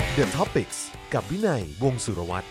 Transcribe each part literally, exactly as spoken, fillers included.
The Topics กับวินัยวงศ์สุรวัตร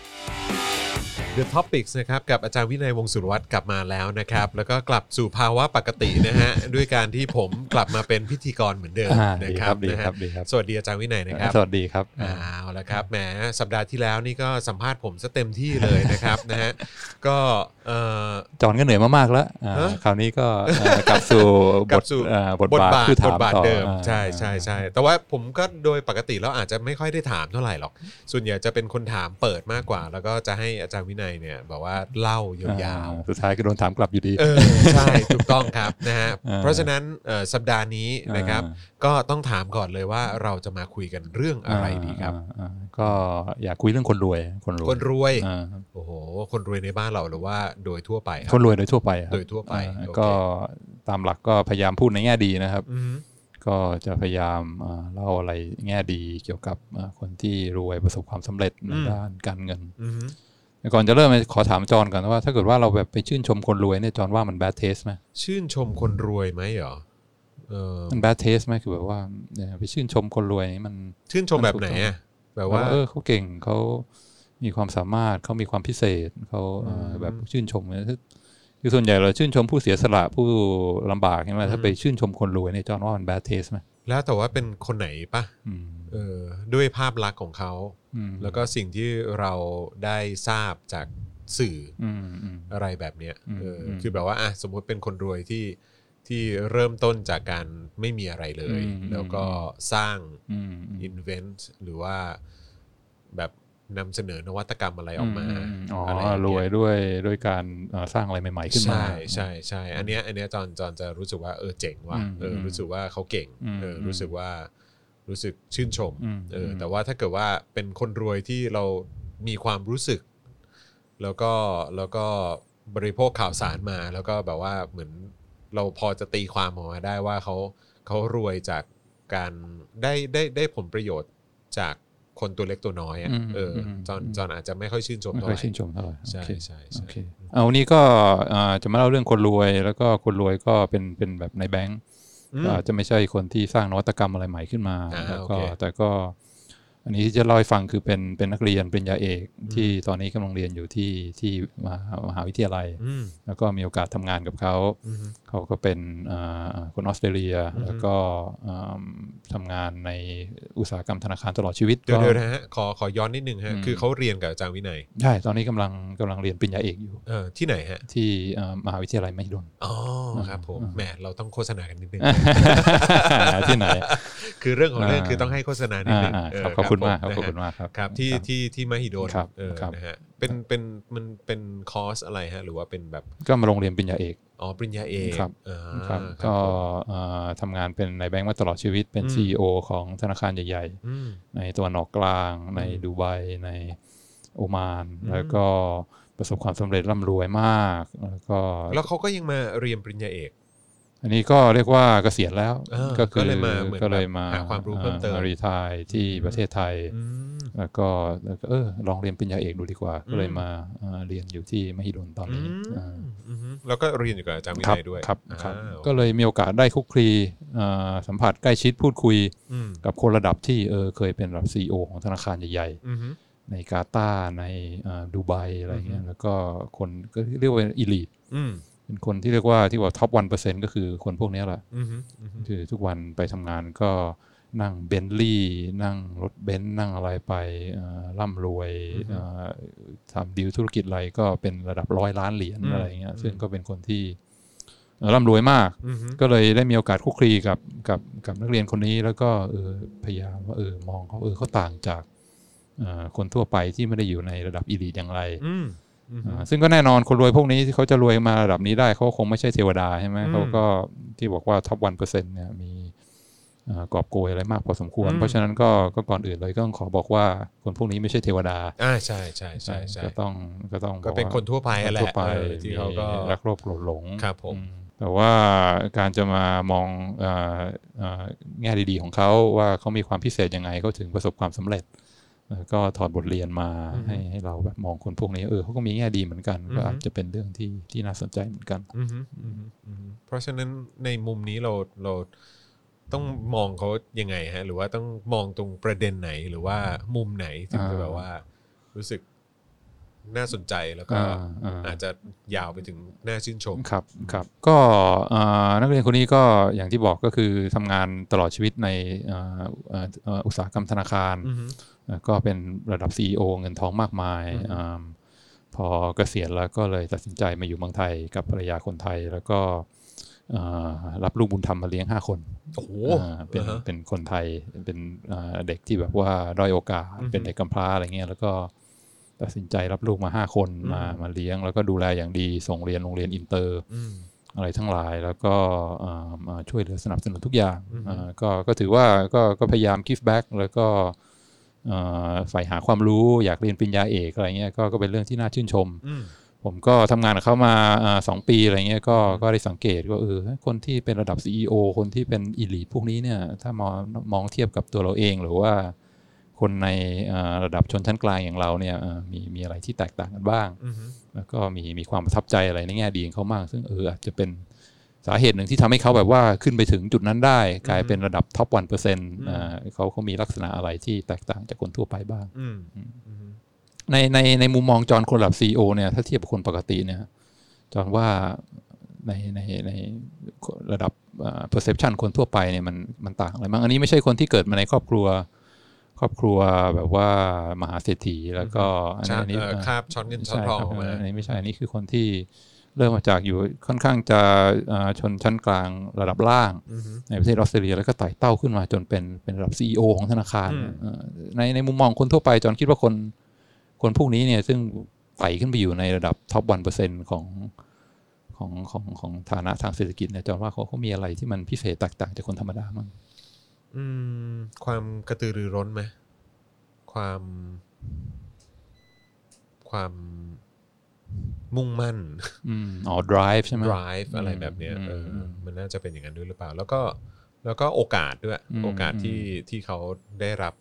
The Topics นะครับกับอาจารย์วินัยวงศ์สุรวัตรกลับมาแล้วนะครับแล้วก็กลับสู่ภาวะปกตินะฮะ ด้วยการที่ผมกลับมาเป็นพิธีกรเหมือนเดิมนะครับนะฮะสวัสดีอาจารย์วินัยนะครับสวัสดีครับเอาละครับแหมสัปดาห์ที่แล้วนี่ก็สัมภาษณ์ผมซะเต็มที่เลยนะครับนะฮะก็จอนก็เหนื่อยมากๆแล้วคราวนี้ก็กลับสู่บทบทบาทคือถามต่อเดิมใช่ใช่ใช่แต่ว่าผมก็โดยปกติแล้วอาจจะไม่ค่อยได้ถามเท่าไหร่หรอกส่วนใหญ่จะเป็นคนถามเปิดมากกว่าแล้วก็จะให้อาจารย์วินัยเนี่ยบอกว่าเล่ายาวๆสุดท้ายก็โดนถามกลับอยู่ดีเออใช่ถูกต้องครับนะฮะเพราะฉะนั้นสัปดาห์นี้นะครับก็ต้องถามก่อนเลยว่าเราจะมาคุยกันเรื่องอะไรดีครับก็อยากคุยเรื่องคนรวยคนรวยคนรวยโอ้โหคนรวยในบ้านเราหรือว่าโดยทั่วไปคนรวยโดยทั่วไปโดยทั่วไปก็ตามหลักก็พยายามพูดในแง่ดีนะครับก็จะพยายามเล่าอะไรแง่ดีเกี่ยวกับคนที่รวยประสบความสำเร็จในด้านการเงินก่อนจะเริ่มขอถามจอนก่อนว่าถ้าเกิดว่าเราแบบไปชื่นชมคนรวยเนี่ยจอนว่ามัน bad taste ไหมชื่นชมคนรวยไหมเหรอเออมัน bad taste ไหมคือแบบว่าไปชื่นชมคนรวยนี่มันชื่นชมแบบไหนอ่ะแบบว่าเออเขาเก่งเขามีความสามารถเขามีความพิเศษเขาแบบชื่นชมคือส่วนใหญ่เราชื่นชมผู้เสียสละผู้ลำบากใช่ไหมถ้าไปชื่นชมคนรวยเนี่ยจอนว่ามัน bad taste ไหมแล้วแต่ว่าเป็นคนไหนปะเออด้วยภาพลักษณ์ของเขาแล้วก็สิ่งที่เราได้ทราบจากสื่ออะไรแบบเนี้ยเออคือแบบว่าอ่ะสมมติเป็นคนรวยที่ที่เริ่มต้นจากการไม่มีอะไรเลยแล้วก็สร้าง invent หรือว่าแบบนำเสนอนวัตกรรมอะไรออกมาอ๋อรวยด้วยด้วยการสร้างอะไรใหม่ๆขึ้นมาใช่ใช่ใช่อันเนี้ยอันเนี้ยจอนจอนจะรู้สึกว่าเออเจ๋งว่ะเออรู้สึกว่าเขาเก่งเออรู้สึกว่ารู้สึกชื่นชมเออแต่ว่าถ้าเกิดว่าเป็นคนรวยที่เรามีความรู้สึกแล้วก็แล้วก็บริโภคข่าวสารมาแล้วก็แบบว่าเหมือนเราพอจะตีความออกมาได้ว่าเขาเขารวยจากการได้ได้ได้ผลประโยชน์จากคนตัวเล็กตัวน้อยอ่ะเออจอนจอนอาจจะไม่ค่อยชื่นชมเท่าไหร่ไม่ค่อยชื่นชมเท่าไหร่ใช่ใช่ใช่เอาวันนี้ก็จะมาเล่าเรื่องคนรวยแล้วก็คนรวยก็เป็นเป็นแบบในแบงก์จะไม่ใช่คนที่สร้างนวัตกรรมอะไรใหม่ขึ้นมาแล้วก็แต่ก็อันนี้ที่จะเล่าให้ฟังคือเป็นเป็นนักเรียนปริญญาเอกที่ตอนนี้กำลังเรียนอยู่ที่ที่มหาวิทยาลัยแล้วก็มีโอกาสทำงานกับเขาเขาก็เป็นคนออสเตรเลียแล้วก็ทำงานในอุตสาหกรรมธนาคารตลอดชีวิตเดี๋ยวๆนะฮะขอขอย้อนนิดนึงฮะคือเขาเรียนกับอาจารย์วินัยใช่ตอนนี้กำลังกำลังเรียนปริญญาเอกอยู่เออที่ไหนฮะที่มหาวิทยาลัยมหิดลอ๋อครับผมแหมเราต้องโฆษณากันนิดนึงที่ไหนคือเรื่องของเรื่องคือต้องให้โฆษณานิดนึงขอบคุณมากขอบคุณมากครับครับที่ที่ที่มหิดลเออนะฮะเป็นเป็นมันเป็นคอร์สอะไรฮะหรือว่าเป็นแบบก็มาโรงเรียนปริญญาเอกอ๋อปริญญาเอกครับครับก็ทำงานเป็นในแบงก์มาตลอดชีวิตเป็น ซี อี โอ ของธนาคารใหญ่ๆในตะวันออกกลางในดูไบในโอมานแล้วก็ประสบความสำเร็จร่ำรวยมากแล้วก็แล้วเขาก็ยังมาเรียนปริญญาเอกอันนี้ก็เรียกว่าเกษียณแล้วก็คือก็เลยมาหาความรู้เพิ่มเติมรีไทร์ที่ประเทศไทยแล้วก็เออลองเรียนปริญญาเอกดูดีกว่าก็เลยมาเรียนอยู่ที่มหิดลตอนนี้แล้วก็เรียนอยู่กับอาจารย์วินัยด้วยครับก็เลยมีโอกาสได้คุกคลีสัมผัสใกล้ชิดพูดคุยกับคนระดับที่เออเคยเป็นระดับ ซี อี โอ ของธนาคารใหญ่ๆในกาตาร์ในดูไบอะไรเงี้ยแล้วก็คนก็เรียกว่าอีลีทเป็นคนที่เรียกว่าที่ว่าท็อป หนึ่งเปอร์เซ็นต์ ก็คือคนพวกนี้แหละคือทุกวันไปทำงานก็นั่งเบนลี่นั่งรถเบนซ์นั่งอะไรไปร่ำรวยทำดีลธุรกิจอะไรก็เป็นระดับร้อยล้านเหรียญอะไรเงี้ยซึ่งก็เป็นคนที่ร่ำรวยมากก็เลยได้มีโอกาสคุกคีกับกับกับนักเรียนคนนี้แล้วก็เออพยายามว่าเออมองเขาเออเขาต่างจากคนทั่วไปที่ไม่ได้อยู่ในระดับอีลีทอย่างไรซึ่งก็แน่นอนคนรวยพวกนี้ที่เขาจะรวยมาระดับนี้ได้เขาคงไม่ใช่เทวดาใช่ไหมเขาก็ที่บอกว่าท็อป หนึ่งเปอร์เซ็นต์ เนี่ยมีกอบโกยอะไรมากพอสมควรเพราะฉะนั้นก็ก็ก่อนอื่นเลยก็ต้องขอบอกว่าคนพวกนี้ไม่ใช่เทวดาอ่าใช่ใช่ใช่ใช่ก็ต้องก็ต้องก็เป็นคนทั่วไปแหละที่เขาก็รักโลภโกรธหลงครับผมแต่ว่าการจะมามองแง่ดีๆของเขาว่าเขามีความพิเศษยังไงเขาถึงประสบความสำเร็จก็ถอดบทเรียนมาให้ให้เราแบบมองคนพวกนี้เออเขาก็มีแง่ดีเหมือนกันก็อาจจะเป็นเรื่องที่ที่น่าสนใจเหมือนกันเพราะฉะนั้นในมุมนี้เราเราต้องมองเขายังไงฮะหรือว่าต้องมองตรงประเด็นไหนหรือว่ามุมไหนถึงจะแบบว่ารู้สึกน่าสนใจแล้วก็อาจจะยาวไปถึงน่าชื่นชมครับครับก็นักเรียนคนนี้ก็อย่างที่บอกก็คือทำงานตลอดชีวิตในอุตสาหกรรมธนาคารก็เป็นระดับ ซี อี โอ เงินทองมากมายพอเกษียณแล้วก็เลยตัดสินใจมาอยู่เมืองไทยกับภรรยาคนไทยแล้วก็รับลูกบุญธรรมมาเลี้ยงห้าคนโอ้โหเป็นเป็นคนไทยเป็นเด็กที่แบบว่าด้อยโอกาสเป็นเด็กกำพร้าอะไรเงี้ยแล้วก็ตัดสินใจรับลูกมาห้าคนมามาเลี้ยงแล้วก็ดูแลอย่างดีส่งเรียนโรงเรียนอินเตอร์อะไรทั้งหลายแล้วก็มาช่วยเหลือสนับสนุนทุกอย่างก็ก็ถือว่าก็ก็พยายาม give back แล้วก็ใฝ่หาความรู้อยากเรียนปริญญาเอกอะไรเงี้ยก็ก็เป็นเรื่องที่น่าชื่นชมผมก็ทำงานกับเขามาสองปีอะไรเงี้ยก็ก็ได้สังเกตว่าเออคนที่เป็นระดับ ซี อี โอ คนที่เป็นอีลิทพวกนี้เนี่ยถ้ามองมองเทียบกับตัวเราเองหรือว่าคนในระดับชนชั้นกลางอย่างเราเนี่ยมีมีอะไรที่แตกต่างกันบ้างแล้วก็มีมีความประทับใจอะไรในแง่ดีของเขามากซึ่งเอออาจจะเป็นสาเหตุหนึ่งที่ทำให้เขาแบบว่าขึ้นไปถึงจุดนั้นได้กลายเป็นระดับท็อป วันเปอร์เซ็นต์ เขาเขามีลักษณะอะไรที่แตกต่างจากคนทั่วไปบ้างในในในมุมมองจอห์นคนระดับ ซี อี โอ เนี่ยถ้าเทียบกับคนปกติเนี่ยจอห์นว่าในในในระดับ perception คนทั่วไปเนี่ยมันมันต่างอะไรบ้างอันนี้ไม่ใช่คนที่เกิดมาในครอบครัวครอบครัวแบบว่ามหาเศรษฐีแล้วก็อันนี้อันนี้คาบช้อนเงินช้อนทองมาอันนี้ไม่ใช่อันนี้คือคนที่เริ่มมาจากอยู่ค่อนข้างจะชนชั้นกลางระดับล่างในประเทศออสเตรเลียแล้วก็ไต่เต้าขึ้นมาจนเป็นเป็นระดับ ซี อี โอ ของธนาคารในในมุมมองคนทั่วไปจอห์นคิดว่าคนคนพวกนี้เนี่ยซึ่งไต่ขึ้นไปอยู่ในระดับท็อป วันเปอร์เซ็นต์ ของของของของฐานะทางเศรษฐกิจเนี่ยจอห์นว่าเขาเขามีอะไรที่มันพิเศษแตกต่างจากคนธรรมดามั้งอืมความกระตือรือร้นไหมความความมุ่งมั่นอืมอ๋อ drive ใช่ไหม drive อะไรแบบเนี้ยเออมันน่าจะเป็นอย่างนั้นด้วยหรือเปล่าแล้วก็แล้วก็โอกาสด้วยโอกาสที่ที่เขาได้รับ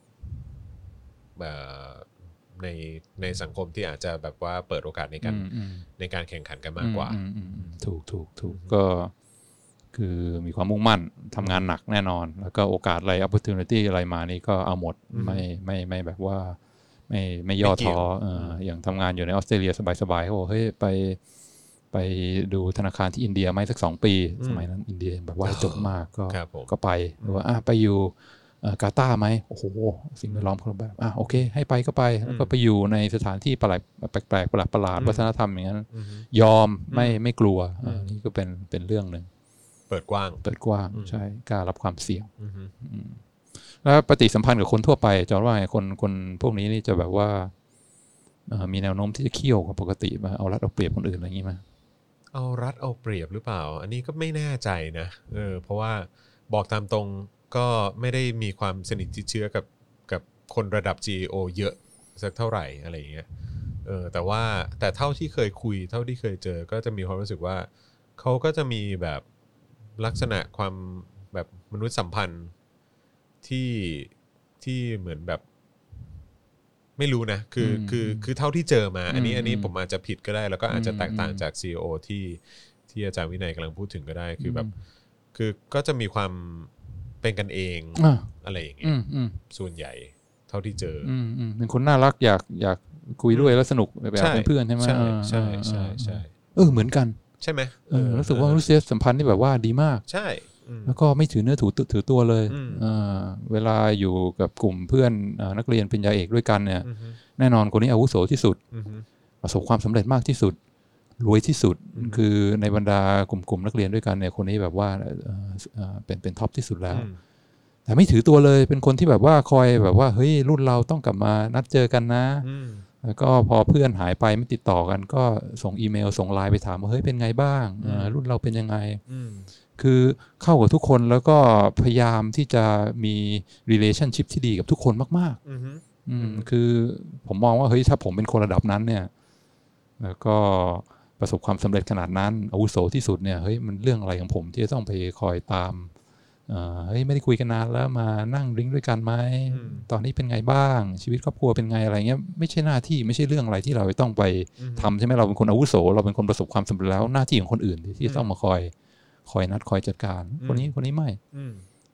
ในในสังคมที่อาจจะแบบว่าเปิดโอกาสในการในการแข่งขันกันมากกว่าถูกถูกถูกก็คือมีความมุ่งมั่นทำงานหนักแน่นอนแล้วก็โอกาสอะไร opportunity อะไรมานี่ก็เอาหมดไม่ไม่ไม่แบบว่าไม่ไม่ย่อท้ออย่างทำงานอยู่ในออสเตรเลียสบายๆเขาบอกเฮ้ยไปไปดูธนาคารที่อินเดียไหมสักสองปีสมัยนั้นอินเดียแบบว่าจบมากก็ก็ไปหรือว่าไปอยู่กาตาร์ไหมโอ้โหสิ่งแวดล้อมเขาแบบอ่ะโอเคให้ไปก็ไปแล้วก็ไปอยู่ในสถานที่ประหลาดแปลกๆประหลาดประหลาดวัฒนธรรมอย่างนั้นยอมไม่ไม่กลัวนี่ก็เป็นเป็นเรื่องนึงเปิดกว้างเปิดกว้างใช่กล้ารับความเสี่ยงแล้วปฏิสัมพันธ์กับคนทั่วไปจอห์นว่าคนคนพวกนี้นี่จะแบบว่ามีแนวโน้มที่จะเคี่ยวกว่าปกติมาเอารัดเอาเปรียบคนอื่นอะไรอย่างนี้ไหมเอารัดเอาเปรียบหรือเปล่าอันนี้ก็ไม่แน่ใจนะเออเพราะว่าบอกตามตรงก็ไม่ได้มีความสนิทชิดเชื้อกับกับคนระดับ จี อี โอ เยอะสักเท่าไหร่อะไรอย่างเงี้ยเออแต่ว่าแต่เท่าที่เคยคุยเท่าที่เคยเจอก็จะมีความรู้สึกว่าเขาก็จะมีแบบลักษณะความแบบมนุษยสัมพันธ์ที่ที่เหมือนแบบไม่รู้นะคือคือคือเท่าที่เจอมาอันนี้อันนี้ผมอาจจะผิดก็ได้แล้วก็อาจจะแตกต่างจาก ซี อี โอ ที่ที่อาจารย์วินัยกำลังพูดถึงก็ได้คือแบบคือก็จะมีความเป็นกันเองอะไรอย่างเงี้ยส่วนใหญ่เท่าที่เจอเป็นคนน่ารักอยากอยากคุยด้วยแล้วสนุกแบบเป็นเพื่อนใช่ไหมใช่ใช่ใช่ใช่เออเหมือนกันใช่ไหมเออรู้สึกว่ามนุษยสัมพันธ์ที่แบบว่าดีมากใช่แล้วก็ไม่ถือเนื้อถือถือตัวเลยเวลาอยู่กับกลุ่มเพื่อนนักเรียนปริญญาเอกด้วยกันเนี่ยแน่นอนคนนี้อาวุโสที่สุดประสบความสำเร็จมากที่สุดรวยที่สุดคือในบรรดากลุ่มๆนักเรียนด้วยกันเนี่ยคนนี้แบบว่าเป็นเป็นท็อปที่สุดแล้วแต่ไม่ถือตัวเลยเป็นคนที่แบบว่าคอยแบบว่าเฮ้ยรุ่นเราต้องกลับมานัดเจอกันนะแล้วก็พอเพื่อนหายไปไม่ติดต่อกันก็ส่งอีเมลส่งไลน์ไปถามว่าเฮ้ยเป็นไงบ้างรุ่นเราเป็นยังไงคือเข้ากับทุกคนแล้วก็พยายามที่จะมี relationship ที่ดีกับทุกคนมากๆคือผมมองว่าเฮ้ยถ้าผมเป็นคนระดับนั้นเนี่ยแล้วก็ประสบความสำเร็จขนาดนั้นอาวุโสที่สุดเนี่ยเฮ้ยมันเรื่องอะไรของผมที่จะต้องไปคอยตามเฮ้ยไม่ได้คุยกันนานแล้วมานั่งดริ้งด้วยกันไหมตอนนี้เป็นไงบ้างชีวิตครอบครัวเป็นไงอะไรเงี้ยไม่ใช่หน้าที่ไม่ใช่เรื่องอะไรที่เราต้องไปทำใช่ไหมเราเป็นคนอาวุโสเราเป็นคนประสบความสำเร็จแล้วหน้าที่ของคนอื่นที่ต้องมาคอยคอยนัดคอยจัดการคนนี้คนนี้ไม่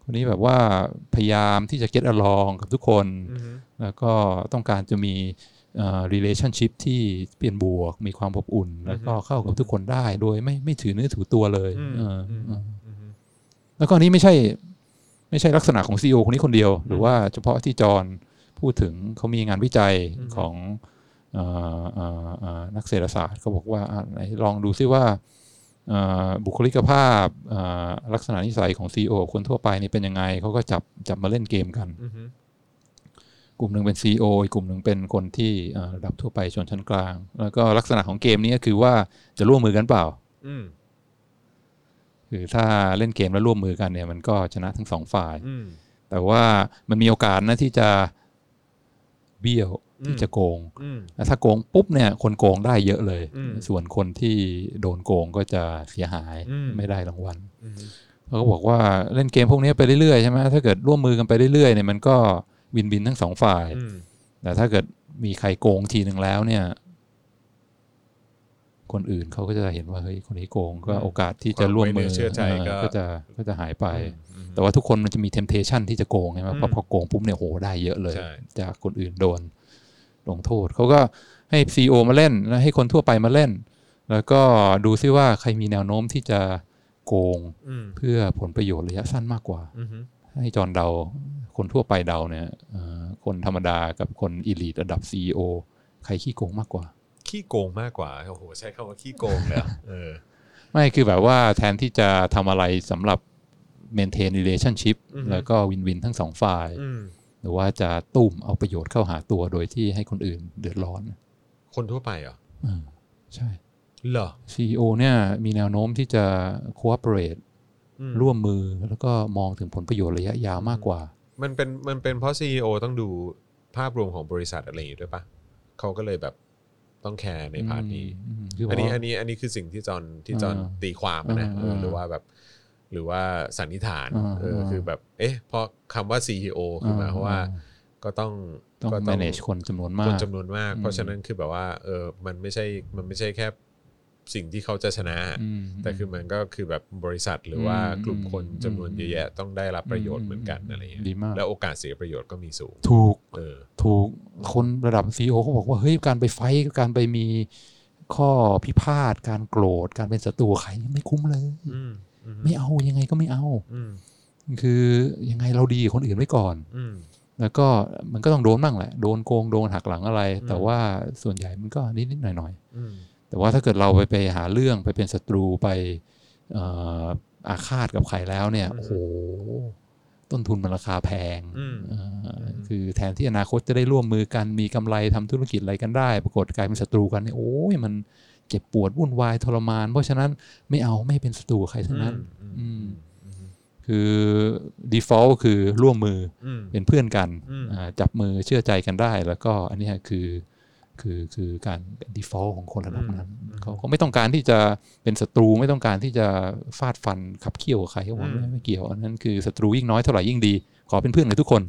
คนนี้แบบว่าพยายามที่จะ get along กับทุกคนแล้วก็ต้องการจะมีrelationship ที่เป็นบวกมีความอบอุ่นแล้วก็เข้ากับทุกคนได้โดยไม่ไม่ถือเนื้อถือตัวเลยแล้วก็นี้ไม่ใช่ไม่ใช่ลักษณะของ ซี อี โอ คนนี้คนเดียวหรือว่าเฉพาะที่จอห์นพูดถึงเขามีงานวิจัยของนักเศรษฐศาสตร์เขาบอกว่าลองดูซิว่าบุคลิกภาพลักษณะนิสัยของ ซี อี โอ คนทั่วไปนี่เป็นยังไงเขาก็จับจับมาเล่นเกมกันกลุ่มหนึ่งเป็น ซี อี โอ อีกกลุ่มหนึ่งเป็นคนที่ระดับทั่วไปชนชั้นกลางแล้วก็ลักษณะของเกมนี้ก็คือว่าจะร่วมมือกันเปล่าคือถ้าเล่นเกมแล้วร่วมมือกันเนี่ยมันก็ชนะทั้งสองฝ่ายแต่ว่ามันมีโอกาสนะที่จะเบี้ยวที่จะโกงแล้วถ้าโกงปุ๊บเนี่ยคนโกงได้เยอะเลยส่วนคนที่โดนโกงก็จะเสียหายไม่ได้รางวัลเขาก็บอกว่าเล่นเกมพวกนี้ไปเรื่อยๆใช่ไหมถ้าเกิดร่วมมือกันไปเรื่อยๆเนี่ยมันก็วินวินทั้งสองฝ่ายแต่ถ้าเกิดมีใครโกงทีหนึ่งแล้วเนี่ยคนอื่นเขาก็จะเห็นว่าเฮ้ยคนนี้โกงก็โอกาสที่จะร่วมมือก็จะก็จะหายไปแต่ว่าทุกคนมันจะมี temptation ที่จะโกงใช่ไหมเพราะพอโกงปุ๊บเนี่ยโหได้เยอะเลยจากคนอื่นโดนลงโทษเขาก็ให้ ซี อี โอ มาเล่นแล้วให้คนทั่วไปมาเล่นแล้วก็ดูซิว่าใครมีแนวโน้มที่จะโกงเพื่อผลประโยชน์ระยะสั้นมากกว่าให้จอห์นเดาคนทั่วไปเดาเนี่ยคนธรรมดากับคนอีลีทระดับ ซี อี โอ ใครขี้โกงมากกว่าขี้โกงมากกว่าโอ้โหใช้คำว่าขี้โกงเลยเออไม่คือแบบว่าแทนที่จะทำอะไรสำหรับ maintain relationship แล้วก็วินวินทั้งสองฝ่ายหรือว่าจะตุ้มเอาประโยชน์เข้าหาตัวโดยที่ให้คนอื่นเดือดร้อนคนทั่วไปเหรออืมใช่เหรอซี อี โอ เนี่ยมีแนวโน้มที่จะ cooperate ร่วมมือแล้วก็มองถึงผลประโยชน์ระยะยาวมากกว่ามันเป็นมันเป็นเพราะ ซี อี โอ ต้องดูภาพรวมของบริษัทอะไรอย่างนี้ด้วยปะเขาก็เลยแบบต้องแคร์ในพาร์ทนี้อันนี้อันนี้อันนี้คือสิ่งที่จอนที่จอนตีความนะหรือว่าแบบหรือว่าสันนิษฐานเออคือแบบเอ๊ะเพราะคำว่า ซี อี โอ คือหมายความว่าก็ต้องต้อง manage คนจำนวนมากคนจำนวนมากเพราะฉะนั้นคือแบบว่าเออมันไม่ใช่มันไม่ใช่แค่สิ่งที่เขาจะชนะแต่คือมันก็คือแบบบริษัทหรือว่ากลุ่มคนจำนวนเยอะแยะต้องได้รับประโยชน์เหมือนกันอะไรอย่างเงี้ยแล้วโอกาสเสียประโยชน์ก็มีสูงถูกเออถูกคนระดับ ซี อี โอ เขาบอกว่าเฮ้ยการไปไฟท์การไปมีข้อพิพาทการโกรธการเป็นศัตรูใครไม่คุ้มเลยไม่เอายังไงก็ไม่เอาคือยังไงเราดีคนอื่นไว้ก่อนแล้วก็มันก็ต้องโดนบ้างแหละโดนโกงโดนหักหลังอะไรแต่ว่าส่วนใหญ่มันก็นิดๆหน่อยๆแต่ว่าถ้าเกิดเราไปไปหาเรื่องไปเป็นศัตรูไปอาฆาตกับใครแล้วเนี่ยโอ้โหต้นทุนมันราคาแพงคือแทนที่อนาคตจะได้ร่วมมือกันมีกำไรทำธุรกิจอะไรกันได้ปรากฏกลายเป็นศัตรูกันเนี่ยโอ้ยมันเจ็บปวดวุ่นวายทรมานเพราะฉะนั้นไม่เอาไม่เป็นศัตรูใครทั้งนั้นคือ default คือร่วมมือเป็นเพื่อนกันจับมือเชื่อใจกันได้แล้วก็อันนี้คือคือคือการ default ของคนระดับนั้นเขาเขาไม่ต้องการที่จะเป็นศัตรูไม่ต้องการที่จะฟาดฟันขับเคี่ยวกับใครเขาบอกไม่ไม่เกี่ยวอันนั้นคือศัตรูยิ่งน้อยเท่าไหร่ยิ่งดีขอเป็นเพื่อนกับทุกคน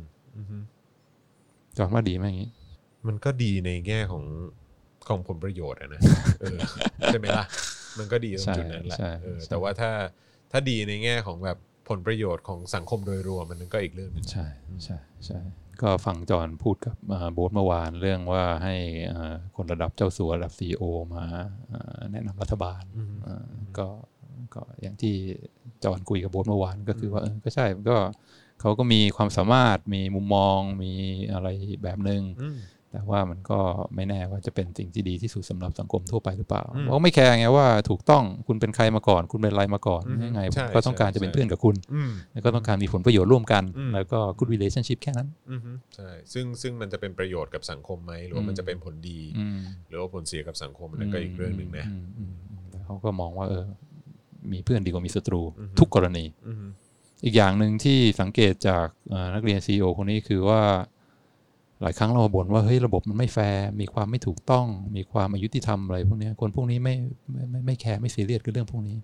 จอห์นว่าดีไหมอย่างนี้มันก็ดีในแง่ของของผลประโยชน์นะเออใช่ไหมล่ะมันก็ดีตรงจุดนั้นแหละเออแต่ว่าถ้าถ้าดีในแง่ของแบบผลประโยชน์ของสังคมโดยรวมมันก็อีกเรื่องนึงใช่ใช่ใช่ก็ฟังจอห์นพูดกับโบ๊ทเมื่อวานเรื่องว่าให้คนระดับเจ้าสัวระดับ ซี อี โอ มาแนะนำรัฐบาลก็ก็อย่างที่จอห์นคุยกับโบ๊ทเมื่อวานก็คือว่าก็ใช่ก็เขาก็มีความสามารถมีมุมมองมีอะไรแบบนึงแต่ว่ามันก็ไม่แน่ว่าจะเป็นสิ่งที่ดีที่สุดสำหรับสังคมทั่วไปหรือเปล่าเพราะไม่แคร์ไงว่าถูกต้องคุณเป็นใครมาก่อนคุณเป็นอะไรมาก่อนยังไงก็ต้องการจะเป็นเพื่อนกับคุณแล้วก็ต้องการมีผลประโยชน์ร่วมกันแล้วก็ good relationship แค่นั้นใช่ซึ่งซึ่งมันจะเป็นประโยชน์กับสังคมไหมหรือว่ามันจะเป็นผลดีหรือว่าผลเสียกับสังคมนั่นก็อีกเรื่องนึงนะเขาก็มองว่าเออมีเพื่อนดีกว่ามีศัตรูทุกกรณีอีกอย่างนึงที่สังเกตจากนักเรียน ซี อี โอ คนนี้คือว่าหลายครั้งเราบ่นว่าเฮ้ยระบบมันไม่แฟร์มีความไม่ถูกต้องมีความอายุติธรรมอะไรพวกนี้คนพวกนี้ไม่ไม่ไม่ไม่แคร์ไม่ซีเรียสกับเรื่องพวกนี้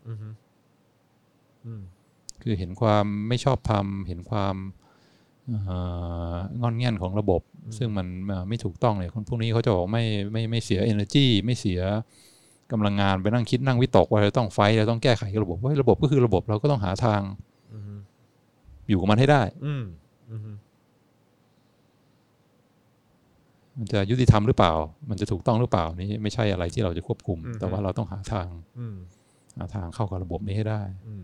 คือเห็นความไม่ชอบธรรมเห็นความงอนแง่นของระบบซึ่งมันไม่ถูกต้องเลยคนพวกนี้เขาจะบอกไม่ไม่ไม่เสีย energy ไม่เสียกำลังงานไปนั่งคิดนั่งวิตกว่าเราต้องไฟเราต้องแก้ไขระบบว่าระบบก็คือระบบเราก็ต้องหาทางอยู่กับมันให้ได้มันจะยุติธรรมหรือเปล่ามันจะถูกต้องหรือเปล่านี่ไม่ใช่อะไรที่เราจะควบคุมแต่ว่าเราต้องหาทางหาทางเข้ากับระบบนี้ให้ได้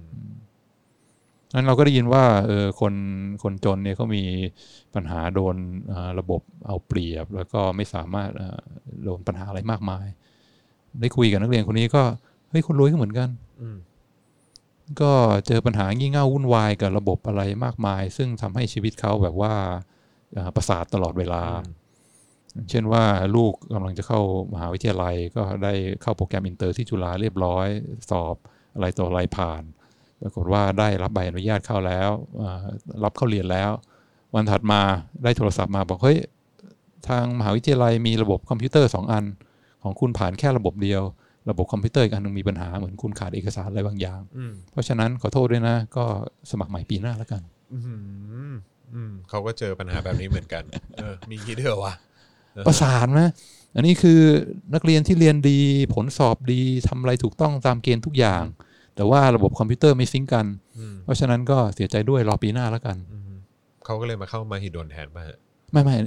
นั้นเราก็ได้ยินว่าเออคนคนจนเนี่ยเขามีปัญหาโดนระบบเอาเปรียบแล้วก็ไม่สามารถโดนปัญหาอะไรมากมายได้คุยกับนักเรียนคนนี้ก็เฮ้ยคนรวยก็เหมือนกันก็เจอปัญหางี่เง่าวุ่นวายกับระบบอะไรมากมายซึ่งทำให้ชีวิตเขาแบบว่าประสาทตลอดเวลาเช่นว่าลูกกำลังจะเข้ามหาวิทยาลัยก็ได้เข้าโปรแกรมอินเตอร์ที่จุฬาเรียบร้อยสอบอะไรต่ออะไรผ่านปรากฏว่าได้รับใบอนุญาตเข้าแล้วรับเข้าเรียนแล้ววันถัดมาได้โทรศัพท์มาบอกเฮ้ยทางมหาวิทยาลัยมีระบบคอมพิวเตอร์สองอันของคุณผ่านแค่ระบบเดียวระบบคอมพิวเตอร์อีกอันนึงมีปัญหาเหมือนคุณขาดเอกสารอะไรบางอย่างเพราะฉะนั้นขอโทษด้วยนะก็สมัครใหม่ปีหน้าแล้วกันเขาก็เจอปัญหาแบบนี้เหมือนกันเออมีกี่เดือนวะประสานไหมอันนี้คือนักเรียนที่เรียนดีผลสอบดีทำอะไรถูกต้องตามเกณฑ์ทุกอย่างแต่ว่าระบบคอมพิวเตอร์ไม่ซิงก์กันเพราะฉะนั้นก็เสียใจด้วยรอปีหน้าแล้วกันเขาก็เลยมาเข้ามาฮิดนแทนป่ะไม่ไม่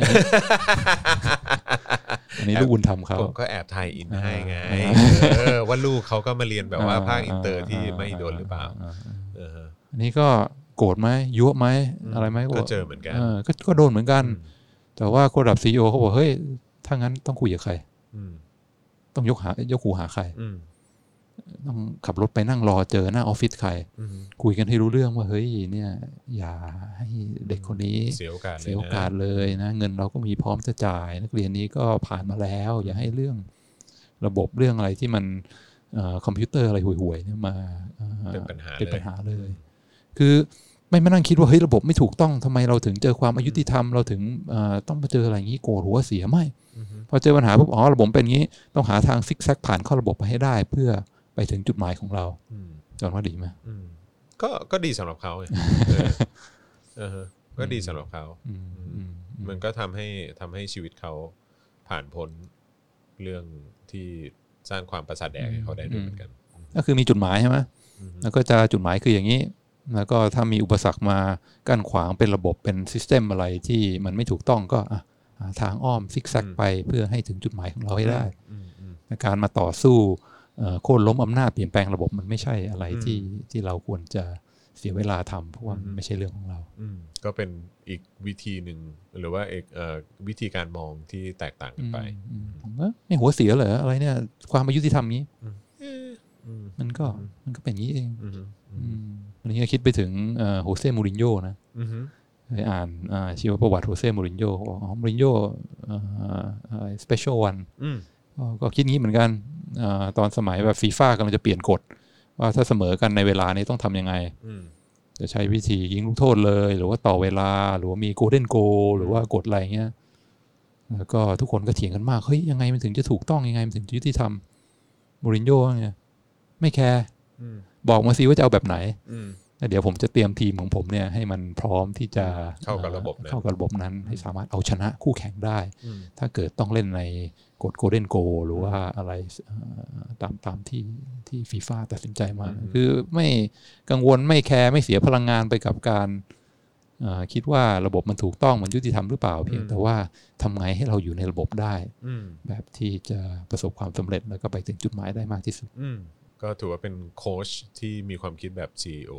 อันนี้ลูกบุญธรรมเขาผมก็แอบไทยอินให้ไงว่าลูกเขาก็มาเรียนแบบว่าภาคอินเตอร์ที่ไม่ฮิดนหรือเปล่าอันนี้ก็โกรธไหมยั่วไหมอะไรไหมก็เจอเหมือนกันก็โดนเหมือนกันแต่ว่าคนระดับซีอีโอเขาบอกเฮ้ยถ้างั้นต้องคุยกับใครต้องยกหายกหูหาใครต้องขับรถไปนั่งรอเจอหน้าออฟฟิศใครคุยกันให้รู้เรื่องว่าเฮ้ยเนี่ยอย่าให้เด็กคนนี้เสียโอกาสเสียโอกาสเลยนะเงินเราก็มีพร้อมจะจ่ายนักเรียนนี้ก็ผ่านมาแล้วอย่าให้เรื่องระบบเรื่องอะไรที่มันคอมพิวเตอร์อะไรห่วยๆเนี่ยมาเป็นปัญหาเป็นปัญหาเลยคือไม่มานั่งคิดว่าเฮ้ยระบบไม่ถูกต้องทำไมเราถึงเจอความอายุติธรรมเราถึงต้องมาเจออะไรอย่างนี้โกรธหัวเสียไม่พอเจอปัญหาปุ๊บอ๋อระบบเป็นอย่างนี้ต้องหาทางซิกแซกผ่านเข้าระบบไปให้ได้เพื่อไปถึงจุดหมายของเราจอนว่าดีไหมก็ก็ดีสำหรับเขาเออก็ดีสำหรับเขามันก็ทำให้ทำให้ชีวิตเขาผ่านพ้นเรื่องที่สร้างความประสาทแดกให้เขาได้ด้วยเหมือนกันก็คือมีจุดหมายใช่ไหมแล้วก็จะจุดหมายคืออย่างนี้แล้วก็ถ้ามีอุปสรรคมากั้นขวางเป็นระบบเป็นซิสเต็มอะไรที่มันไม่ถูกต้องก็ทางอ้อมซิกแซกไปเพื่อให้ถึงจุดหมายของเราให้ได้การมาต่อสู้โค่นล้มอำนาจเปลี่ยนแปลงระบบมันไม่ใช่อะไรที่ที่เราควรจะเสียเวลาทำเพราะว่ามันไม่ใช่เรื่องของเราก็เป็นอีกวิธีหนึ่งหรือว่าอีกวิธีการมองที่แตกต่างกันไปไม่หัวเสียเหรออะไรเนี่ยความอายุติธรรมนี้มันก็มันก็เป็นอย่างนี้เองวันนี้คิดไปถึงโฮเซ่มูรินโญ่นะเคยอ่านชีวประวัติโฮเซ่มูรินโญ่บอกอ๋อมูรินโญ่สเปเชียลวันก็คิดงี้เหมือนกันตอนสมัยแบบฟีฟ่ากำลังจะเปลี่ยนกฎว่าถ้าเสมอกันในเวลานี้ต้องทำยังไงจะใช้วิธียิงลูกโทษเลยหรือว่าต่อเวลาหรือว่ามีโกลเด้นโกหรือว่ากฎอะไรเงี้ยแล้วก็ทุกคนก็เถียงกันมากเฮ้ยยังไงมันถึงจะถูกต้องยังไงมันถึงยุติธรรมมูรินโญ่ไงไม่แคร์บอกมาสิว่าจะเอาแบบไหนเดี๋ยวผมจะเตรียมทีมของผมเนี่ยให้มันพร้อมที่จะเข้ากับระบบเข้ากับระบบนั้นให้สามารถเอาชนะคู่แข่งได้ถ้าเกิดต้องเล่นในกฎโกลเด้นโกหรือว่าอะไรตามตามที่ที่ฟีฟ่าตัดสินใจมาคือไม่กังวลไม่แคร์ไม่เสียพลังงานไปกับการคิดว่าระบบมันถูกต้องมันยุติธรรมหรือเปล่าเพียงแต่ว่าทำไงให้เราอยู่ในระบบได้แบบที่จะประสบความสำเร็จแล้วก็ไปถึงจุดหมายได้มากที่สุดก็ถือว่าเป็นโค้ชที่มีความคิดแบบ ซี อี โอ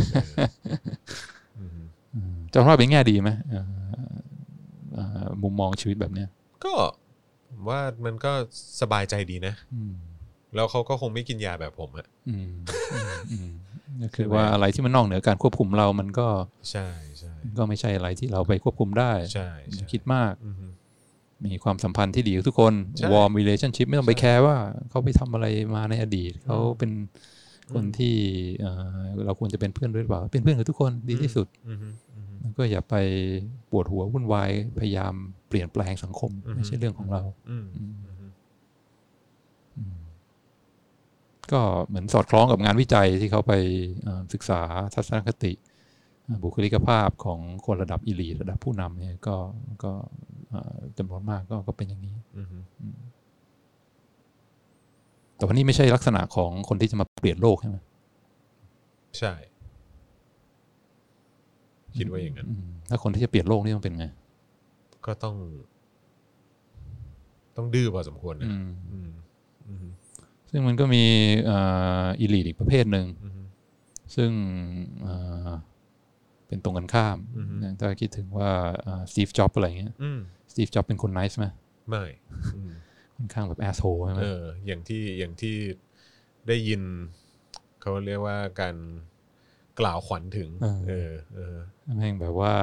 จำว่าเป็นแง่ดีไหมมุมมองชีวิตแบบเนี้ยก็ว่ามันก็สบายใจดีนะแล้วเขาก็คงไม่กินยาแบบผมอะคือว่าอะไรที่มันนอกเหนือการควบคุมเรามันก็ใช่ใช่ก็ไม่ใช่อะไรที่เราไปควบคุมได้ใช่คิดมากมีความสัมพันธ์ที่ดีกับทุกคน warm relationship ไม่ต้องไปแคร์ว่าเขาไปทำอะไรมาในอดีตเขาเป็นคนที่เราควรจะเป็นเพื่อนด้วยหรือเปล่าเป็นเพื่อนกับทุกคนดีที่สุดแล้วก็อย่าไปปวดหัววุ่นวายพยายามเปลี่ยนแปลงสังคมไม่ใช่เรื่องของเราก็เหมือนสอดคล้องกับงานวิจัยที่เขาไปศึกษาทัศนคติบุคลิกภาพของคนระดับอีลีทระดับผู้นำเนี่ยก็ก็จำนวนมากก็ก็เป็นอย่างนี้แต่วันนี้ไม่ใช่ลักษณะของคนที่จะมาเปลี่ยนโลกใช่ไหมใช่คิดว่าอย่างนั้นถ้าคนที่จะเปลี่ยนโลกนี่ต้องเป็นไงก็ต้องต้องดื้อพอสมควรนะซึ่งมันก็มีอีลีทอีกประเภทหนึ่งซึ่งเป็นตรงกันข้ามถ้าคิดถึงว่าสตีฟจ็อบส์อะไรเงี้ยสตีฟจ็อบส์เป็นคนไนซ์ไหมไม่ค่อนข้างแบบแอสโฮใช่ไหมเอออย่างที่อย่างที่ได้ยินเขาเรียกว่าการกล่าวขวัญถึงเออเออแม่งแบบว่า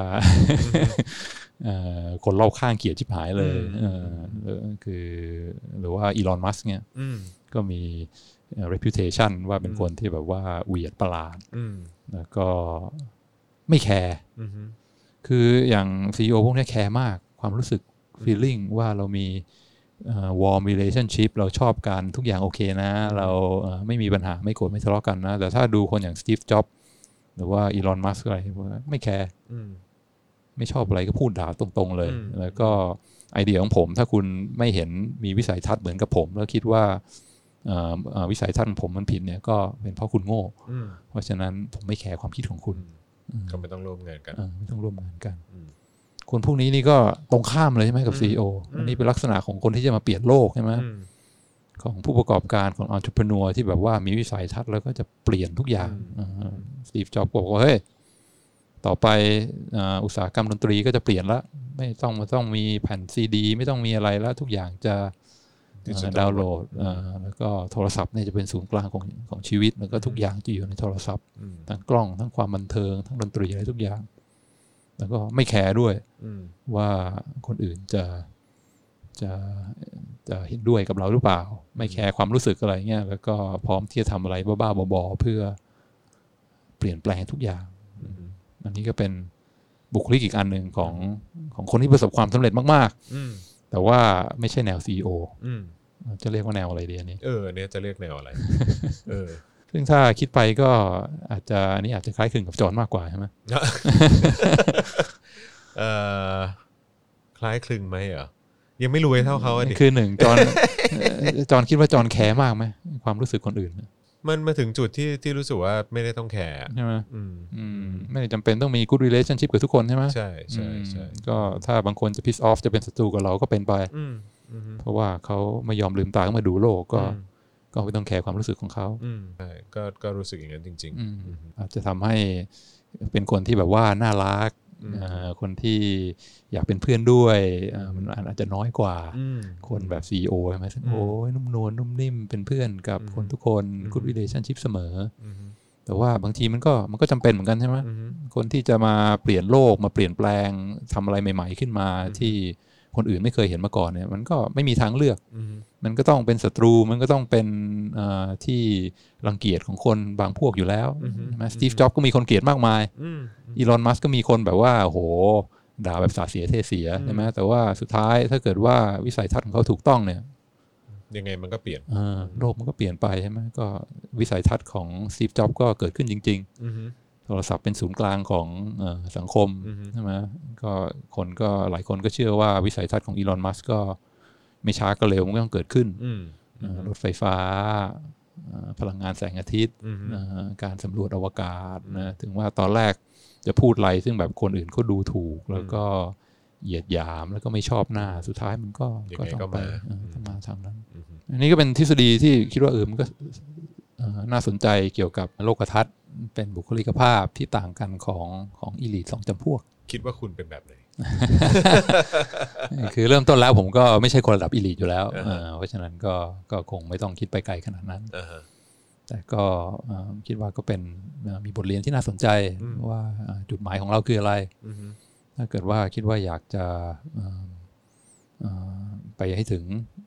คนรอบข้างเกลียดชิบหายเลยคือหรือว่าอีลอนมัสก์เนี่ยก็มี reputation ว่าเป็นคนที่แบบว่าเวียดประหลาดแล้วก็ไม่แคร์คืออย่าง ซี อี โอ พวกนี้แคร์มากความรู้สึก feeling ว่าเรามีwarm relationship เราชอบกันทุกอย่างโอเคนะเราไม่มีปัญหาไม่โกรธไม่ทะเลาะกันนะแต่ถ้าดูคนอย่างสตีฟจ็อบส์หรือว่าอีลอนมัสก์อะไรไม่แคร์ไม่ชอบอะไรก็พูดด่าตรงๆเลยแล้วก็ไอเดียของผมถ้าคุณไม่เห็นมีวิสัยทัศน์เหมือนกับผมแล้วคิดว่าวิสัยทัศน์ของผมมันผิดเนี่ยก็เป็นเพราะคุณโง่เพราะฉะนั้นผมไม่แคร์ความคิดของคุณก็ไม่ต้องร่วมงานกันไม่ต้องร่วมงานกันคนพวกนี้นี่ก็ตรงข้ามเลยใช่ไหมกับ ซี อี โอ อันนี้เป็นลักษณะของคนที่จะมาเปลี่ยนโลกใช่ไหมของผู้ประกอบการของ entrepreneur ที่แบบว่ามีวิสัยทัศน์แล้วก็จะเปลี่ยนทุกอย่างสตีฟจ็อบส์บอกว่าเฮ้ยต่อไปอุตสาหกรรมดนตรีก็จะเปลี่ยนละไม่ต้องมาต้องมีแผ่นซีดีไม่ต้องมีอะไรแล้วทุกอย่างจะดาวน์โหลดแล้วก็โทรศัพท์เนี่ยจะเป็นศูนย์กลางของของชีวิตแล้วก็ทุกอย่างจะอยู่ในโทรศัพท์ทั้งกล้องทั้งความบันเทิงทั้งดนตรีอะไรทุกอย่างแล้วก็ไม่แคร์ด้วยว่าคนอื่นจะจะจะเห็นด้วยกับเราหรือเปล่าไม่แคร์ความรู้สึกอะไรเงี้ยแล้วก็พร้อมที่จะทำอะไรบ้าๆบอๆเพื่อเปลี่ยนแปลงทุกอย่างอันนี้ก็เป็นบุคลิกอีกอันหนึ่งของของคนที่ประสบความสำเร็จมากๆแต่ว่าไม่ใช่แนว ซี อี โอ จะเรียกว่าแนวอะไรดีอันนี้เออเนี่ยจะเรียกแนวอะไรเออซึ่งถ้าคิดไปก็อาจจะอันนี้อาจจะคล้ายคลึงกับจอห์นมากกว่าใช่ไหมเอ่อคล้ายคลึงไหมเหรอยังไม่รวยเท่าเขาอ่ะดิคือหนึ่งจอห์นจอห์นคิดว่าจอห์นแคร์มากไหมความรู้สึกคนอื่นมันมาถึงจุดที่ที่รู้สึกว่าไม่ได้ต้องแคร์ใช่ไหมอืมอืมไม่จำเป็นต้องมี good relationship กับทุกคนใช่ไหมใช่ใช่ใช่ก็ถ้าบางคนจะ piss off จะเป็นศัตรูกับเราก็เป็นไปเพราะว่าเขาไม่ยอมลืมตาขึ้นมาดูโลกก็ก็ไม่ต้องแคร์ความรู้สึกของเขาใช่ก็ก็รู้สึกอย่างนั้นจริงๆอาจจะทำให้เป็นคนที่แบบว่าน่ารักคนที่อยากเป็นเพื่อนด้วยมันอาจจะน้อยกว่าคนแบบ ซี อี โอ ใช่ไหมโอ้ยนุ่มนวลนุ่มนิ่มเป็นเพื่อนกับคนทุกคน good relationship เสมอแต่ว่าบางทีมันก็มันก็จำเป็นเหมือนกันใช่ไหมคนที่จะมาเปลี่ยนโลกมาเปลี่ยนแปลงทำอะไรใหม่ๆขึ้นมาที่คนอื่นไม่เคยเห็นมาก่อนเนี่ยมันก็ไม่มีทางเลือกมันก็ต้องเป็นศัตรูมันก็ต้องเป็นที่รังเกียจของคนบางพวกอยู่แล้วใช่ไหมสตีฟจ็อบส์ก็มีคนเกลียดมากมายอีลอนมัสก์ก็มีคนแบบว่าโหด่าแบบสาเสียเทเสียใช่ไหมแต่ว่าสุดท้ายถ้าเกิดว่าวิสัยทัศน์ของเขาถูกต้องเนี่ยยังไงมันก็เปลี่ยนโลกมันก็เปลี่ยนไปใช่ไหมก็วิสัยทัศน์ของสตีฟจ็อบส์ก็เกิดขึ้นจริงๆโทรศัพท์เป็นศูนย์กลางของสังคมใช่ไหมก็คนก็หลายคนก็เชื่อว่าวิสัยทัศน์ของอีลอนมัสก์ก็ไม่ช้าก็เร็วมันก็ต้องเกิดขึ้นรถไฟฟ้าพลังงานแสงอาทิตย์การสำรวจอวกาศนะถึงว่าตอนแรกจะพูดอะไรซึ่งแบบคนอื่นเขาดูถูกแล้วก็เหยียดหยามแล้วก็ไม่ชอบหน้าสุดท้ายมันก็ก็ต้องไปต้องมาทางนั้นอันนี้ก็เป็นทฤษฎีที่คิดว่าเออมันก็น่าสนใจเกี่ยวกับโลกทัศน์เป็นบุคลิกภาพที่ต่างกันของของอีลิทสองจำพวกคิดว่าคุณเป็นแบบไหนคือเริ่มต้นแล้วผมก็ไม่ใช่คนระดับอีลิทอยู่แล้วเพราะฉะนั้นก็ก็คงไม่ต้องคิดไปไกลขนาดนั้นแต่ก็คิดว่าก็เป็นมีบทเรียนที่น่าสนใจว่าจุดหมายของเราคืออะไรถ้าเกิดว่าคิดว่าอยากจะไปให้ถึง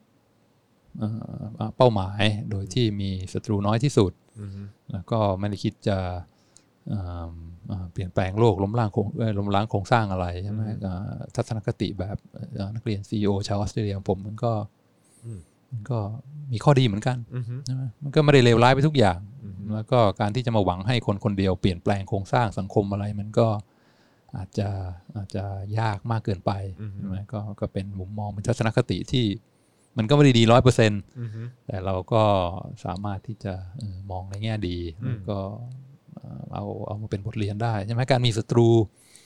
เป้าหมายโดยที่มีศัตรูน้อยที่สุดแล้วก็ไม่ได้คิดจะเปลี่ยนแปลงโลกล้มล้างโครงล้มล้างโครงสร้างอะไรใช่ไหมทัศนคติแบบนักเรียน ซี อี โอ ชาวออสเตรเลียผมมันก็มันก็มีข้อดีเหมือนกันใช่ไหมมันก็ไม่ได้เลวร้ายไปทุกอย่างแล้วก็การที่จะมาหวังให้คนคนเดียวเปลี่ยนแปลงโครงสร้างสังคมอะไรมันก็อาจจะอาจจะยากมากเกินไปใช่ไหมก็ก็เป็นมุมมองเป็นทัศนคติที่มันก็ไม่ได้ดีร้อยเปอร์เซ็นต์แต่เราก็สามารถที่จะมองในแง่ดีแล้วก็เอาเอามาเป็นบทเรียนได้ใช่ไหมการมีศัตรู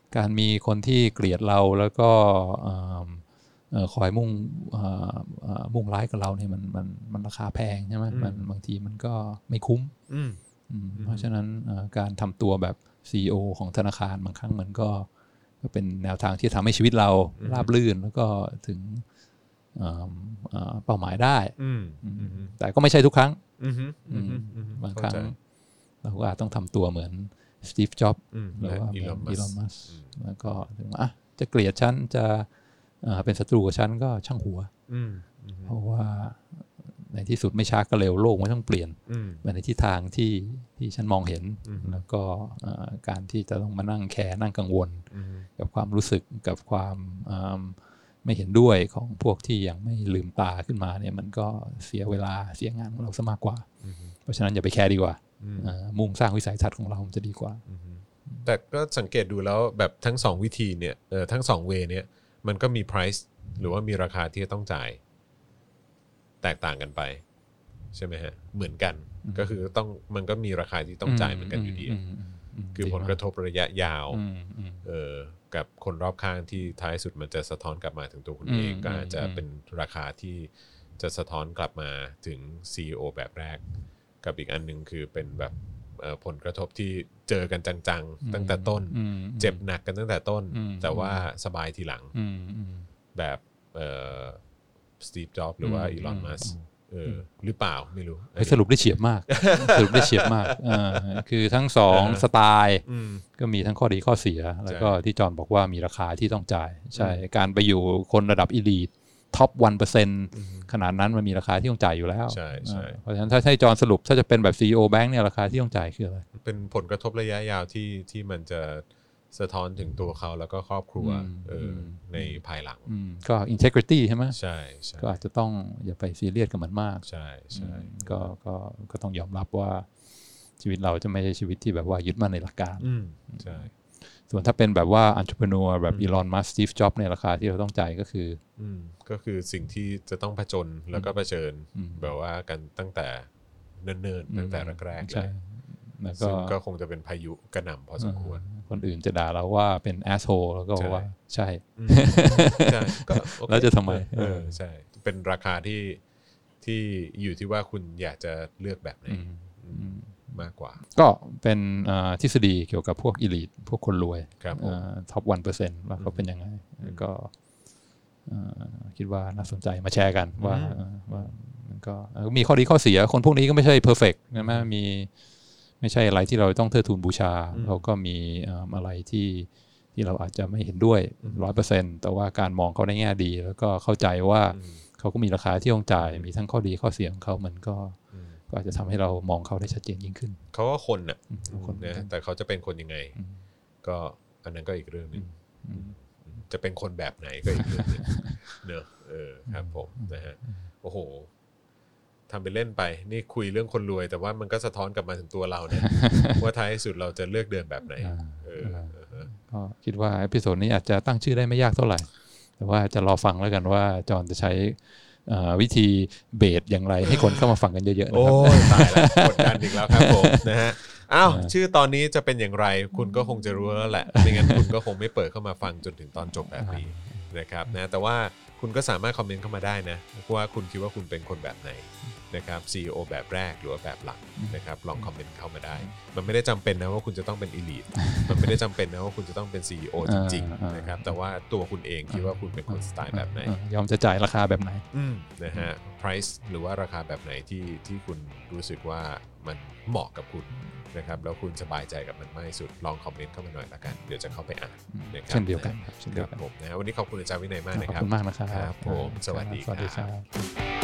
การมีคนที่เกลียดเราแล้วก็คอยมุ่งมุ่งร้ายกับเราเนี่ยมันมันมันราคาแพงใช่ไหมมันบางทีมันก็ไม่คุ้มเพราะฉะนั้นการทำตัวแบบ ซี อี โอ ของธนาคารบางครั้งมันก็ก็เป็นแนวทางที่ทำให้ชีวิตเราราบรื่นแล้วก็ถึงเป้าหมายได้แต่ก็ไม่ใช่ทุกครั้งบางครั้งเราก็อาจต้องทำตัวเหมือนสตีฟ จ็อบส์หรือว่าอีลอน มัสก์แล้วก็ถึงว่าจะเกลียดฉันจะเป็นศัตรูกับฉันก็ช่างหัวเพราะว่าในที่สุดไม่ช้าก็เร็วโลกมันต้องเปลี่ยนไปในทิศทางที่ที่ฉันมองเห็นแล้วก็การที่จะต้องมานั่งแคร์นั่งกังวลกับความรู้สึกกับความไม่เห็นด้วยของพวกที่ยังไม่ลืมตาขึ้นมาเนี่ยมันก็เสียเวลาเสียงานของเราซะมากกว่าเพราะฉะนั้นอย่าไปแคร์ดีกว่ามุ่งสร้างวิสัยทัศน์ของเราจะดีกว่าแต่ก็สังเกตดูแล้วแบบทั้งสองวิธีเนี่ยเออทั้งสองเวเนี่ยมันก็มี price หรือว่ามีราคาที่ต้องจ่ายแตกต่างกันไปใช่ไหมฮะเหมือนกันก็คือต้องมันก็มีราคาที่ต้องจ่ายเหมือนกันอยู่ดีคือผลกระทบระยะยาวเออกับคนรอบข้างที่ท้ายสุดมันจะสะท้อนกลับมาถึงตัวคุณเองก็อาจจะเป็นราคาที่จะสะท้อนกลับมาถึง ซี อี โอ แบบแรกกับอีกอันนึงคือเป็นแบบผลกระทบที่เจอกันจังๆตั้งแต่ต้นเจ็บหนักกันตั้งแต่ต้นแต่ว่าสบายทีหลังแบบสตีฟ จ็อบส์หรือว่าอีลอน มัสก์เออหรือเปล่าไม่รู้สรุปได้เฉียบมากสรุปได้เฉียบมากคือทั้งสองสไตล์ก็มีทั้งข้อดีข้อเสียแล้วก็ที่จอห์นบอกว่ามีราคาที่ต้องจ่ายใช่การไปอยู่คนระดับอีลีทท็อป วันเปอร์เซ็นต์ ขนาดนั้นมันมีราคาที่ต้องจ่ายอยู่แล้วใช่ใช่เพราะฉะนั้นถ้าให้จอห์นสรุปถ้าจะเป็นแบบ ซี อี โอ Bank เนี่ยราคาที่ต้องจ่ายคืออะไรเป็นผลกระทบระยะยาวที่ที่มันจะสะท้อนถึงตัวเขาแล้วก็ครอบครัวเออในภายหลังก็ integrity ใช่ไหมใช่ก็อาจจะต้องอย่าไปซีเรียสกับมันมากใช่ใช่ก็ก็ก็ต้องยอมรับว่าชีวิตเราจะไม่ใช่ชีวิตที่แบบว่ายึดมั่นในหลักการใช่ส่วนถ้าเป็นแบบว่า entrepreneur แบบ Elon Musk Steve Jobs เนี่ยราคาที่เราต้องจ่ายก็คือก็คือสิ่งที่จะต้องผจญแล้วก็เผชิญแบบว่ากันตั้งแต่เนิ่นๆตั้งแต่แรกๆเลยซึ่งก็คงจะเป็นพายุกระหน่ำพอสมควรคนอื่นจะด่าเราว่าเป็น asshole แล้วก็ว่าใช่ใช่ก็แล้วจะทำไมเออใช่เป็นราคาที่ที่อยู่ที่ว่าคุณอยากจะเลือกแบบไหนมากกว่าก็เป็นทฤษฎีเกี่ยวกับพวก elite พวกคนรวยท็อป วันเปอร์เซ็นต์ ว่าเขาเป็นยังไงก็คิดว่าน่าสนใจมาแชร์กันว่าว่ามันก็มีข้อดีข้อเสียคนพวกนี้ก็ไม่ใช่ perfect ใช่ไหมมีไม่ใช่อะไรที่เราต้องเทิดทูนบูชาเขาก็มีอะไรที่ที่เราอาจจะไม่เห็นด้วย ร้อยเปอร์เซ็นต์ แต่ว่าการมองเขาในแง่ดีแล้วก็เข้าใจว่าเขาก็มีราคาที่ต้องจ่ายมีทั้งข้อดีข้อเสียของเขามันก็ก็อาจจะทำให้เรามองเขาได้ชัดเจนยิ่งขึ้นเขาก็คนน่ะนะแต่เขาจะเป็นคนยังไงก็อันนั้นก็อีกเรื่องนึงจะเป็นคนแบบไหนก็อีกเรื่องนึงเนอะเออครับผมนะฮะโอ้โหทำไปเล่นไปนี่คุยเรื่องคนรวยแต่ว่ามันก็สะท้อนกลับมาถึงตัวเราเนี่ยว่าท้ายสุดเราจะเลือกเดินแบบไหนเออก็คิดว่าเอพิโซดนี้อาจจะตั้งชื่อได้ไม่ยากเท่าไหร่แต่ว่าจะรอฟังแล้วกันว่าจอห์นจะใช้วิธีเบสอย่างไรให้คนเข้ามาฟังกันเยอะๆนะครับโอ้ตายแล้วกดดันอีกแล้วครับผมนะฮะอ้าวชื่อตอนนี้จะเป็นอย่างไรคุณก็คงจะรู้แล้วแหละไม่งั้นคุณก็คงไม่เปิดเข้ามาฟังจนถึงตอนจบแบบนี้นะครับนะแต่ว่าคุณก็สามารถคอมเมนต์เข้ามาได้นะว่าคุณคิดว่าคุณเป็นคนแบบไหนนะครับ ซี อี โอ แบบแรกหรือว่าแบบหลังนะครับลองคอมเมนต์เข้ามาได้มันไม่ได้จำเป็นนะว่าคุณจะต้องเป็นอีลิทมันไม่ได้จำเป็นนะว่าคุณจะต้องเป็น ซี อี โอ จริงๆนะครับแต่ว่าตัวคุณเองคิดว่าคุณเป็นคนสไตล์แบบไหนยอมจะจ่ายราคาแบบไหนนะฮะ price หรือว่าราคาแบบไหนที่ที่คุณรู้สึกว่ามันเหมาะกับคุณนะครับแล้วคุณสบายใจกับมันมากที่สุดลองคอมเมนต์เข้ามาหน่อยละกันเดี๋ยวจะเข้าไปอ่านนะครับเช่นเดียวกันครับเช่นเดียวกันผมนะวันนี้ขอบคุณอาจารย์วินัยมากนะครับขอบคุณมากนะครับผมสวัสดีครับ